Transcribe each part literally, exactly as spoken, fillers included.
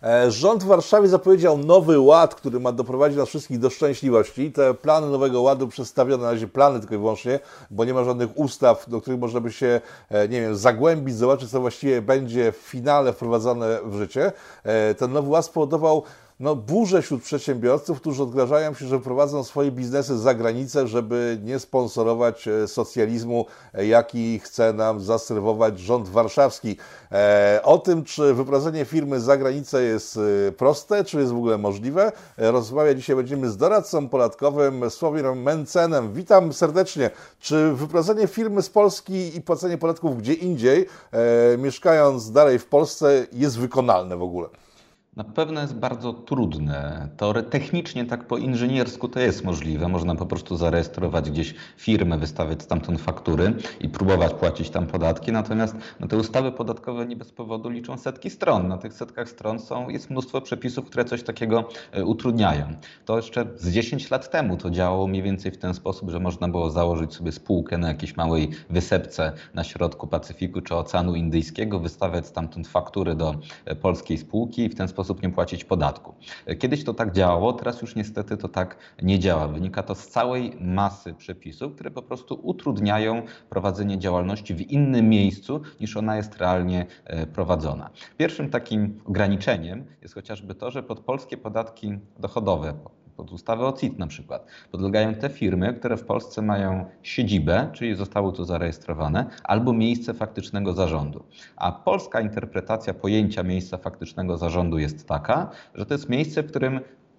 Rząd w Warszawie zapowiedział nowy ład, który ma doprowadzić nas wszystkich do szczęśliwości. Te plany nowego ładu przedstawione, na razie plany tylko i wyłącznie, bo nie ma żadnych ustaw, do których można by się, nie wiem, zagłębić, zobaczyć, co właściwie będzie w finale wprowadzane w życie. Ten nowy ład spowodował no, burzę wśród przedsiębiorców, którzy odgrażają się, że prowadzą swoje biznesy za granicę, żeby nie sponsorować socjalizmu, jaki chce nam zaserwować rząd warszawski. O tym, czy wyprowadzenie firmy za granicę jest proste, czy jest w ogóle możliwe, rozmawiać dzisiaj będziemy z doradcą podatkowym Sławomirem Mencenem. Witam serdecznie. Czy wyprowadzenie firmy z Polski i płacenie podatków gdzie indziej, mieszkając dalej w Polsce, jest wykonalne w ogóle? Na pewno jest bardzo trudne. Technicznie, tak po inżyniersku to jest możliwe. Można po prostu zarejestrować gdzieś firmę, wystawiać stamtąd faktury i próbować płacić tam podatki. Natomiast no, te ustawy podatkowe nie bez powodu liczą setki stron. Na tych setkach stron są, jest mnóstwo przepisów, które coś takiego utrudniają. To jeszcze z dziesięć lat temu to działało mniej więcej w ten sposób, że można było założyć sobie spółkę na jakiejś małej wysepce na środku Pacyfiku czy Oceanu Indyjskiego, wystawiać stamtąd faktury do polskiej spółki i w ten sposób nie płacić podatku. Kiedyś to tak działało, teraz już niestety to tak nie działa. Wynika to z całej masy przepisów, które po prostu utrudniają prowadzenie działalności w innym miejscu niż ona jest realnie prowadzona. Pierwszym takim ograniczeniem jest chociażby to, że pod polskie podatki dochodowe, pod ustawę o C I T na przykład, podlegają te firmy, które w Polsce mają siedzibę, czyli zostały tu zarejestrowane, albo miejsce faktycznego zarządu. A polska interpretacja pojęcia miejsca faktycznego zarządu jest taka, że to jest miejsce, w którym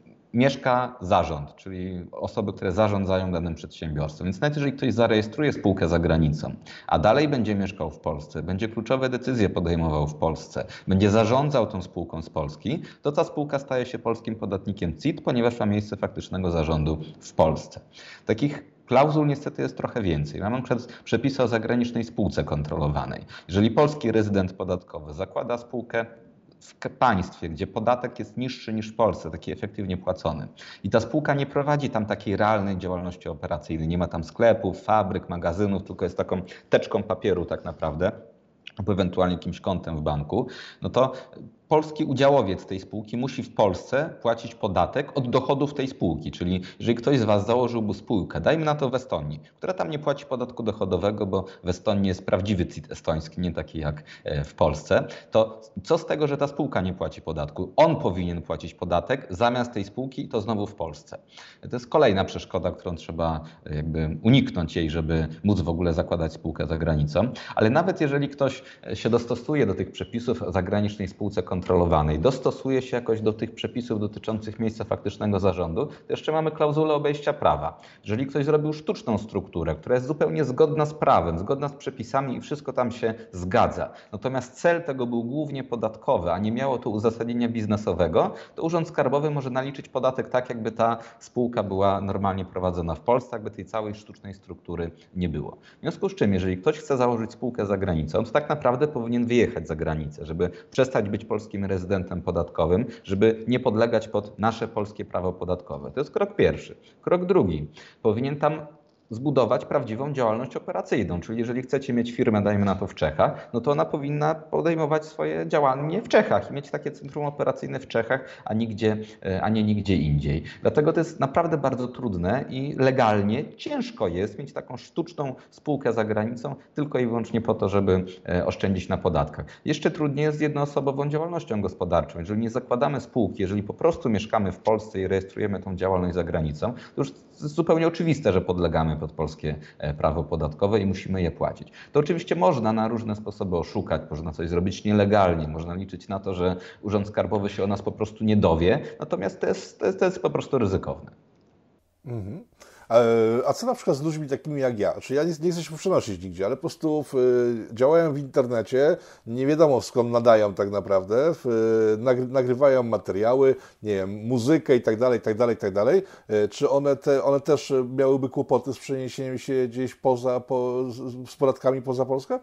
mieszka zarząd, czyli osoby, które zarządzają danym przedsiębiorstwem. Więc nawet jeżeli ktoś zarejestruje spółkę za granicą, a dalej będzie mieszkał w Polsce, będzie kluczowe decyzje podejmował w Polsce, będzie zarządzał tą spółką z Polski, to ta spółka staje się polskim podatnikiem C I T, ponieważ ma miejsce faktycznego zarządu w Polsce. Takich klauzul niestety jest trochę więcej. Mamy przepisy o zagranicznej spółce kontrolowanej. Jeżeli polski rezydent podatkowy zakłada spółkę w państwie, gdzie podatek jest niższy niż w Polsce, taki efektywnie płacony. I ta spółka nie prowadzi tam takiej realnej działalności operacyjnej. Nie ma tam sklepów, fabryk, magazynów, tylko jest taką teczką papieru tak naprawdę, lub ewentualnie jakimś kontem w banku, no to polski udziałowiec tej spółki musi w Polsce płacić podatek od dochodów tej spółki. Czyli jeżeli ktoś z Was założyłby spółkę, dajmy na to w Estonii, która tam nie płaci podatku dochodowego, bo w Estonii jest prawdziwy C I T estoński, nie taki jak w Polsce, to co z tego, że ta spółka nie płaci podatku? On powinien płacić podatek zamiast tej spółki i to znowu w Polsce. To jest kolejna przeszkoda, którą trzeba jakby uniknąć jej, żeby móc w ogóle zakładać spółkę za granicą. Ale nawet jeżeli ktoś się dostosuje do tych przepisów o zagranicznej spółce kontrolowanej, dostosuje się jakoś do tych przepisów dotyczących miejsca faktycznego zarządu, to jeszcze mamy klauzulę obejścia prawa. Jeżeli ktoś zrobił sztuczną strukturę, która jest zupełnie zgodna z prawem, zgodna z przepisami i wszystko tam się zgadza, natomiast cel tego był głównie podatkowy, a nie miało to uzasadnienia biznesowego, to Urząd Skarbowy może naliczyć podatek tak, jakby ta spółka była normalnie prowadzona w Polsce, jakby tej całej sztucznej struktury nie było. W związku z czym, jeżeli ktoś chce założyć spółkę za granicą, to tak naprawdę powinien wyjechać za granicę, żeby przestać być polskim rezydentem podatkowym, żeby nie podlegać pod nasze polskie prawo podatkowe. To jest krok pierwszy. Krok drugi. Powinien tam zbudować prawdziwą działalność operacyjną, czyli jeżeli chcecie mieć firmę, dajmy na to w Czechach, no to ona powinna podejmować swoje działanie w Czechach i mieć takie centrum operacyjne w Czechach, a, nigdzie, a nie nigdzie indziej. Dlatego to jest naprawdę bardzo trudne i legalnie ciężko jest mieć taką sztuczną spółkę za granicą tylko i wyłącznie po to, żeby oszczędzić na podatkach. Jeszcze trudniej jest z jednoosobową działalnością gospodarczą. Jeżeli nie zakładamy spółki, jeżeli po prostu mieszkamy w Polsce i rejestrujemy tą działalność za granicą, to już jest zupełnie oczywiste, że podlegamy pod polskie prawo podatkowe i musimy je płacić. To oczywiście można na różne sposoby oszukać, można coś zrobić nielegalnie, można liczyć na to, że Urząd Skarbowy się o nas po prostu nie dowie, natomiast to jest, to jest, to jest po prostu ryzykowne. Mhm. A co na przykład z ludźmi takimi jak ja? Czy ja nie, nie chcę się przenosić nigdzie, ale po prostu w, działają w internecie, nie wiadomo skąd nadają tak naprawdę, w, nagry, nagrywają materiały, nie wiem, muzykę i tak dalej, i tak dalej, i tak dalej. Czy one, te, one też miałyby kłopoty z przeniesieniem się gdzieś poza, po, z podatkami poza Polskę?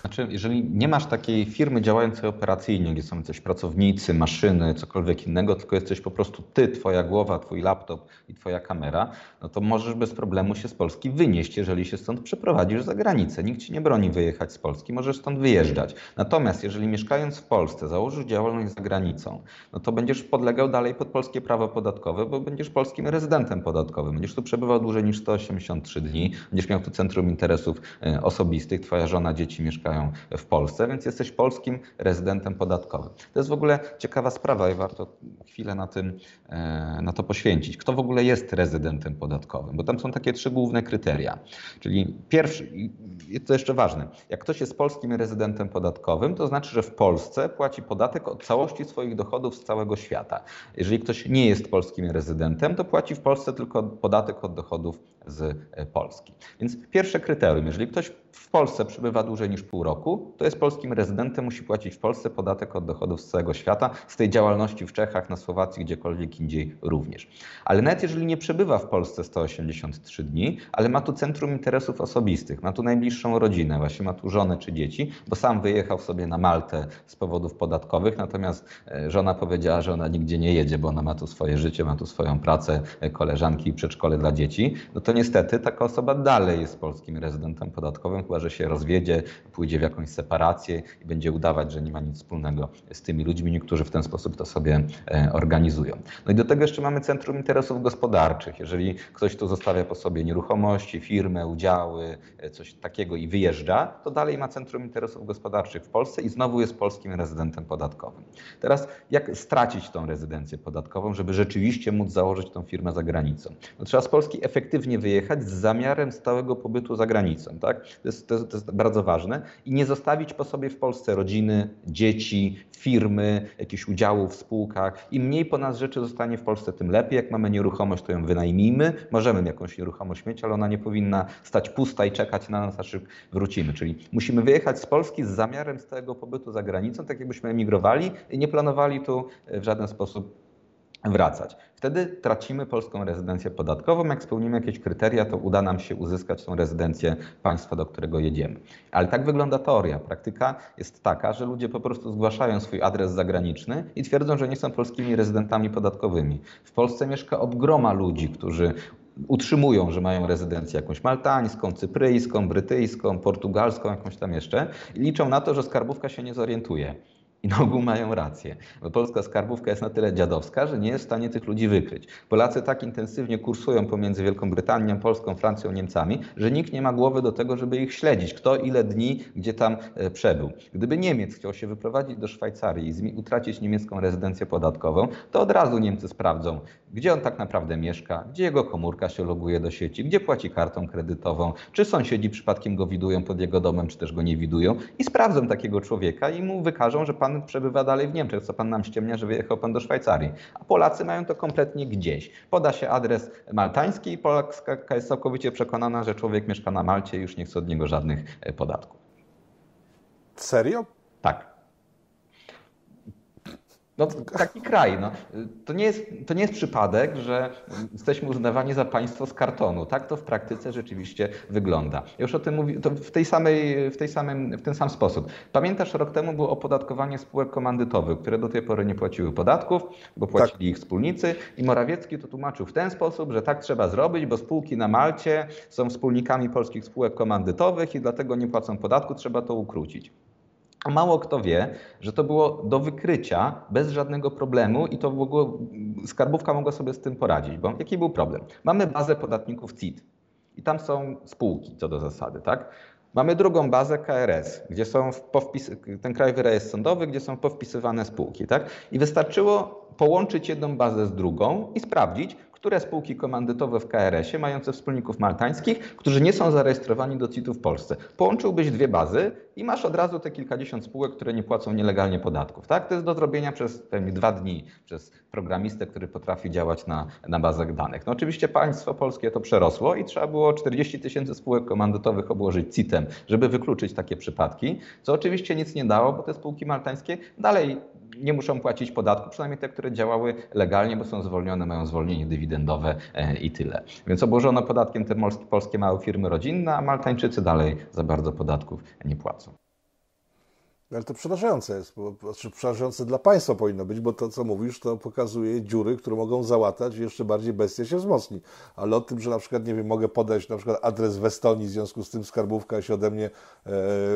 Znaczy, jeżeli nie masz takiej firmy działającej operacyjnie, gdzie są coś pracownicy, maszyny, cokolwiek innego, tylko jesteś po prostu ty, twoja głowa, twój laptop i twoja kamera, no to możesz bez problemu się z Polski wynieść, jeżeli się stąd przeprowadzisz za granicę. Nikt ci nie broni wyjechać z Polski, możesz stąd wyjeżdżać. Natomiast jeżeli mieszkając w Polsce założysz działalność za granicą, no to będziesz podlegał dalej pod polskie prawo podatkowe, bo będziesz polskim rezydentem podatkowym. Będziesz tu przebywał dłużej niż sto osiemdziesiąt trzy dni, będziesz miał tu centrum interesów osobistych, twoja żona, dzieci mieszkają w Polsce, więc jesteś polskim rezydentem podatkowym. To jest w ogóle ciekawa sprawa i warto chwilę na tym, na to poświęcić. Kto w ogóle jest rezydentem podatkowym? Bo tam są takie trzy główne kryteria. Czyli pierwszy, i to jeszcze ważne, jak ktoś jest polskim rezydentem podatkowym, to znaczy, że w Polsce płaci podatek od całości swoich dochodów z całego świata. Jeżeli ktoś nie jest polskim rezydentem, to płaci w Polsce tylko podatek od dochodów z Polski. Więc pierwsze kryterium, jeżeli ktoś w Polsce przebywa dłużej niż pół roku, to jest polskim rezydentem, musi płacić w Polsce podatek od dochodów z całego świata, z tej działalności w Czechach, na Słowacji, gdziekolwiek indziej również. Ale nawet jeżeli nie przebywa w Polsce sto osiemdziesiąt trzy dni, ale ma tu centrum interesów osobistych, ma tu najbliższą rodzinę, właśnie ma tu żonę czy dzieci, bo sam wyjechał sobie na Maltę z powodów podatkowych, natomiast żona powiedziała, że ona nigdzie nie jedzie, bo ona ma tu swoje życie, ma tu swoją pracę, koleżanki i przedszkole dla dzieci, no to niestety taka osoba dalej jest polskim rezydentem podatkowym, chyba że się rozwiedzie, pójdzie w jakąś separację i będzie udawać, że nie ma nic wspólnego z tymi ludźmi. Niektórzy w ten sposób to sobie organizują. No i do tego jeszcze mamy centrum interesów gospodarczych. Jeżeli ktoś tu zostawia po sobie nieruchomości, firmę, udziały, coś takiego i wyjeżdża, to dalej ma centrum interesów gospodarczych w Polsce i znowu jest polskim rezydentem podatkowym. Teraz jak stracić tą rezydencję podatkową, żeby rzeczywiście móc założyć tą firmę za granicą? No, trzeba z Polski efektywnie wyjechać z zamiarem stałego pobytu za granicą. Tak? To jest, to jest, to jest bardzo ważne i nie zostawić po sobie w Polsce rodziny, dzieci, firmy, jakichś udziałów w spółkach. Im mniej po nas rzeczy zostanie w Polsce, tym lepiej. Jak mamy nieruchomość, to ją wynajmijmy. Możemy jakąś nieruchomość mieć, ale ona nie powinna stać pusta i czekać na nas, aż wrócimy. Czyli musimy wyjechać z Polski z zamiarem stałego pobytu za granicą, tak jakbyśmy emigrowali i nie planowali tu w żaden sposób wracać. Wtedy tracimy polską rezydencję podatkową. Jak spełnimy jakieś kryteria, to uda nam się uzyskać tą rezydencję państwa, do którego jedziemy. Ale tak wygląda teoria. Praktyka jest taka, że ludzie po prostu zgłaszają swój adres zagraniczny i twierdzą, że nie są polskimi rezydentami podatkowymi. W Polsce mieszka od groma ludzi, którzy utrzymują, że mają rezydencję jakąś maltańską, cypryjską, brytyjską, portugalską, jakąś tam jeszcze i liczą na to, że skarbówka się nie zorientuje. I na ogół mają rację, bo polska skarbówka jest na tyle dziadowska, że nie jest w stanie tych ludzi wykryć. Polacy tak intensywnie kursują pomiędzy Wielką Brytanią, Polską, Francją, Niemcami, że nikt nie ma głowy do tego, żeby ich śledzić, kto ile dni, gdzie tam przebył. Gdyby Niemiec chciał się wyprowadzić do Szwajcarii i utracić niemiecką rezydencję podatkową, to od razu Niemcy sprawdzą, gdzie on tak naprawdę mieszka, gdzie jego komórka się loguje do sieci, gdzie płaci kartą kredytową, czy sąsiedzi przypadkiem go widują pod jego domem, czy też go nie widują i sprawdzą takiego człowieka i mu wykażą, że pan przebywa dalej w Niemczech, co pan nam ściemnia, że wyjechał pan do Szwajcarii. A Polacy mają to kompletnie gdzieś. Poda się adres maltański i Polska jest całkowicie przekonana, że człowiek mieszka na Malcie i już nie chce od niego żadnych podatków. Serio? Tak. No taki kraj. No. To, nie jest, to nie jest przypadek, że jesteśmy uznawani za państwo z kartonu. Tak to w praktyce rzeczywiście wygląda. Ja już o tym mówię to w, tej samej, w, tej samym, w ten sam sposób. Pamiętasz, rok temu było opodatkowanie spółek komandytowych, które do tej pory nie płaciły podatków, bo płacili tak. ich wspólnicy i Morawiecki to tłumaczył w ten sposób, że tak trzeba zrobić, bo spółki na Malcie są wspólnikami polskich spółek komandytowych i dlatego nie płacą podatku, trzeba to ukrócić. A mało kto wie, że to było do wykrycia bez żadnego problemu i to w ogóle skarbówka mogła sobie z tym poradzić. Bo jaki był problem? Mamy bazę podatników C I T i tam są spółki co do zasady, tak? Mamy drugą bazę K R S, gdzie są powpis, ten Krajowy Rejestr Sądowy, gdzie są powpisywane spółki, tak? I wystarczyło połączyć jedną bazę z drugą i sprawdzić, które spółki komandytowe w K R S ie mające wspólników maltańskich, którzy nie są zarejestrowani do C I T u w Polsce. Połączyłbyś dwie bazy i masz od razu te kilkadziesiąt spółek, które nie płacą nielegalnie podatków. Tak? To jest do zrobienia przez pewnie dwa dni przez programistę, który potrafi działać na, na bazach danych. No oczywiście państwo polskie to przerosło i trzeba było czterdzieści tysięcy spółek komandytowych obłożyć C I T em, żeby wykluczyć takie przypadki, co oczywiście nic nie dało, bo te spółki maltańskie dalej nie muszą płacić podatku, przynajmniej te, które działały legalnie, bo są zwolnione, mają zwolnienie dywidendowe i tyle. Więc obłożono podatkiem te polskie małe firmy rodzinne, a Maltańczycy dalej za bardzo podatków nie płacą. Ale to przerażające jest, bo, znaczy przerażające dla państwa powinno być, bo to, co mówisz, to pokazuje dziury, które mogą załatać i jeszcze bardziej bestia się wzmocni. Ale o tym, że na przykład, nie wiem, mogę podać na przykład adres w Estonii, w związku z tym skarbówka się ode mnie e,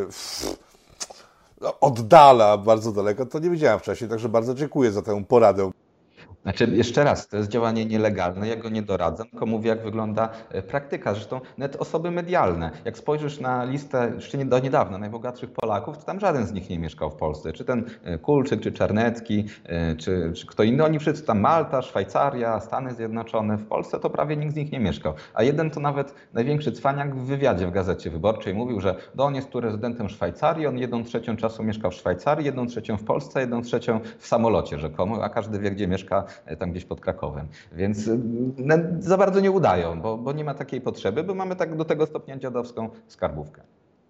oddala bardzo daleko, to nie wiedziałem wcześniej, także bardzo dziękuję za tę poradę. Znaczy, jeszcze raz, to jest działanie nielegalne, ja go nie doradzam, tylko mówię, jak wygląda praktyka. Zresztą nawet osoby medialne, jak spojrzysz na listę jeszcze nie, do niedawna najbogatszych Polaków, to tam żaden z nich nie mieszkał w Polsce. Czy ten Kulczyk, czy Czarnecki, czy, czy kto inny, oni wszyscy tam Malta, Szwajcaria, Stany Zjednoczone, w Polsce to prawie nikt z nich nie mieszkał. A jeden to nawet największy cwaniak w wywiadzie w Gazecie Wyborczej mówił, że no, on jest tu rezydentem Szwajcarii, on jedną trzecią czasu mieszkał w Szwajcarii, jedną trzecią w Polsce, jedną trzecią w samolocie rzekomo, a każdy wie, gdzie mieszka, tam gdzieś pod Krakowem. Więc no, za bardzo nie udają, bo, bo nie ma takiej potrzeby, bo mamy tak do tego stopnia dziadowską skarbówkę.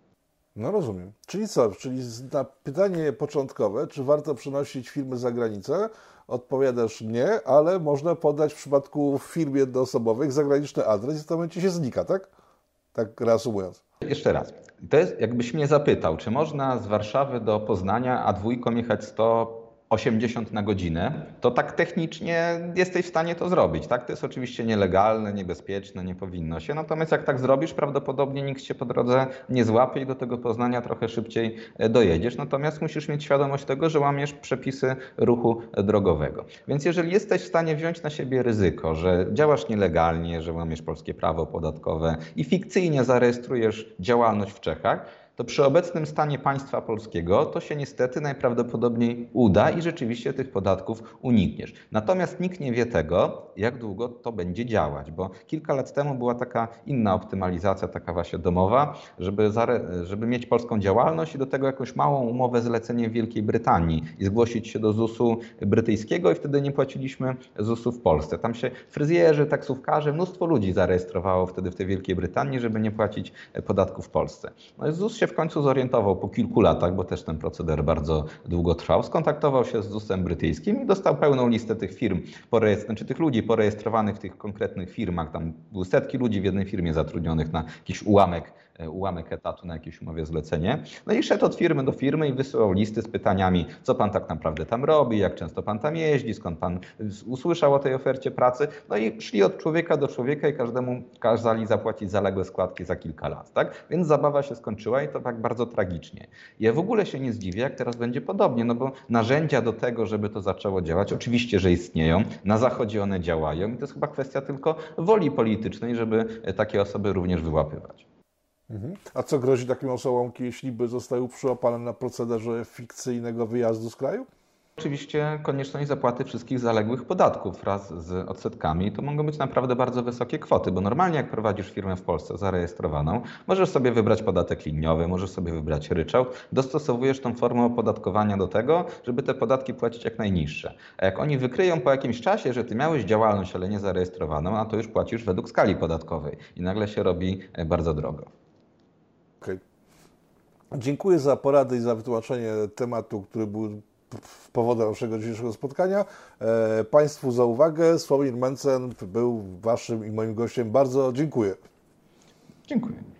No rozumiem. Czyli co? Czyli na pytanie początkowe, czy warto przenosić firmy za granicę, odpowiadasz nie, ale można podać w przypadku firm jednoosobowych zagraniczny adres i w tym momencie się znika, tak? Tak reasumując. Jeszcze raz. To jest, jakbyś mnie zapytał, czy można z Warszawy do Poznania a dwójką jechać sto osiemdziesiąt na godzinę, to tak technicznie jesteś w stanie to zrobić. Tak? To jest oczywiście nielegalne, niebezpieczne, nie powinno się. Natomiast jak tak zrobisz, prawdopodobnie nikt cię po drodze nie złapie i do tego Poznania trochę szybciej dojedziesz. Natomiast musisz mieć świadomość tego, że łamiesz przepisy ruchu drogowego. Więc jeżeli jesteś w stanie wziąć na siebie ryzyko, że działasz nielegalnie, że łamiesz polskie prawo podatkowe i fikcyjnie zarejestrujesz działalność w Czechach, to przy obecnym stanie państwa polskiego to się niestety najprawdopodobniej uda i rzeczywiście tych podatków unikniesz. Natomiast nikt nie wie tego, jak długo to będzie działać, bo kilka lat temu była taka inna optymalizacja, taka właśnie domowa, żeby, żeby mieć polską działalność i do tego jakąś małą umowę zlecenie w Wielkiej Brytanii i zgłosić się do zusu brytyjskiego i wtedy nie płaciliśmy zusu w Polsce. Tam się fryzjerzy, taksówkarze, mnóstwo ludzi zarejestrowało wtedy w tej Wielkiej Brytanii, żeby nie płacić podatku w Polsce. No, ZUS się w końcu zorientował po kilku latach, bo też ten proceder bardzo długo trwał, skontaktował się z zusem brytyjskim i dostał pełną listę tych firm, czy tych ludzi porejestrowanych w tych konkretnych firmach. Tam były setki ludzi w jednej firmie zatrudnionych na jakiś ułamek, ułamek etatu, na jakieś umowie zlecenie. No i szedł od firmy do firmy i wysyłał listy z pytaniami, co pan tak naprawdę tam robi, jak często pan tam jeździ, skąd pan usłyszał o tej ofercie pracy. No i szli od człowieka do człowieka i każdemu kazali zapłacić zaległe składki za kilka lat. Tak? Więc zabawa się skończyła i to tak bardzo tragicznie. Ja w ogóle się nie zdziwię, jak teraz będzie podobnie, no bo narzędzia do tego, żeby to zaczęło działać, oczywiście, że istnieją, na Zachodzie one działają i to jest chyba kwestia tylko woli politycznej, żeby takie osoby również wyłapywać. Mhm. A co grozi takim osobom, jeśli by zostały przyłapane na procederze fikcyjnego wyjazdu z kraju? Oczywiście konieczność zapłaty wszystkich zaległych podatków wraz z odsetkami. To mogą być naprawdę bardzo wysokie kwoty, bo normalnie jak prowadzisz firmę w Polsce zarejestrowaną, możesz sobie wybrać podatek liniowy, możesz sobie wybrać ryczałt, dostosowujesz tą formę opodatkowania do tego, żeby te podatki płacić jak najniższe. A jak oni wykryją po jakimś czasie, że ty miałeś działalność, ale nie zarejestrowaną, a to już płacisz według skali podatkowej i nagle się robi bardzo drogo. Okay. Dziękuję za porady i za wytłumaczenie tematu, który był powodem naszego dzisiejszego spotkania. Państwu za uwagę. Sławomir Mencen był waszym i moim gościem. Bardzo dziękuję. Dziękuję.